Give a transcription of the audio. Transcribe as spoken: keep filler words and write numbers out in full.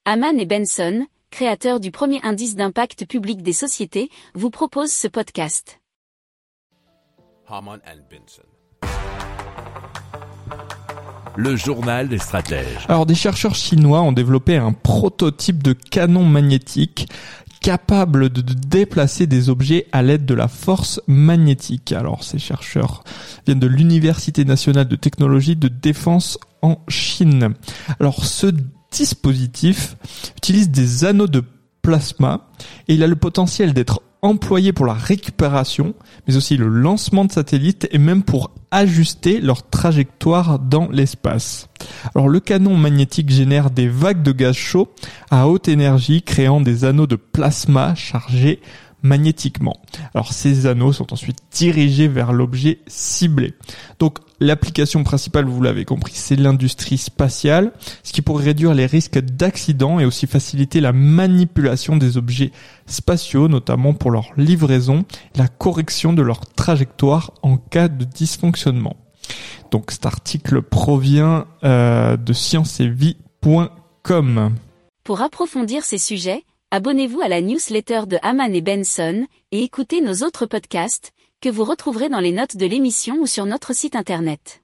Hamann et Benson, créateurs du premier indice d'impact public des sociétés, vous proposent ce podcast. Hamann and Benson. Le journal des stratèges. Alors, des chercheurs chinois ont développé un prototype de canon magnétique capable de déplacer des objets à l'aide de la force magnétique. Alors, ces chercheurs viennent de l'Université nationale de technologie de défense en Chine. Alors, ce dispositif utilise des anneaux de plasma et il a le potentiel d'être employé pour la récupération, mais aussi le lancement de satellites et même pour ajuster leur trajectoire dans l'espace. Alors le canon magnétique génère des vagues de gaz chaud à haute énergie, créant des anneaux de plasma chargés magnétiquement. Alors ces anneaux sont ensuite dirigés vers l'objet ciblé. Donc l'application principale, vous l'avez compris, c'est l'industrie spatiale, ce qui pourrait réduire les risques d'accidents et aussi faciliter la manipulation des objets spatiaux, notamment pour leur livraison et la correction de leur trajectoire en cas de dysfonctionnement. Donc cet article provient euh, de science et vie point com. Pour approfondir ces sujets, abonnez-vous à la newsletter de Hamann et Benson et écoutez nos autres podcasts que vous retrouverez dans les notes de l'émission ou sur notre site internet.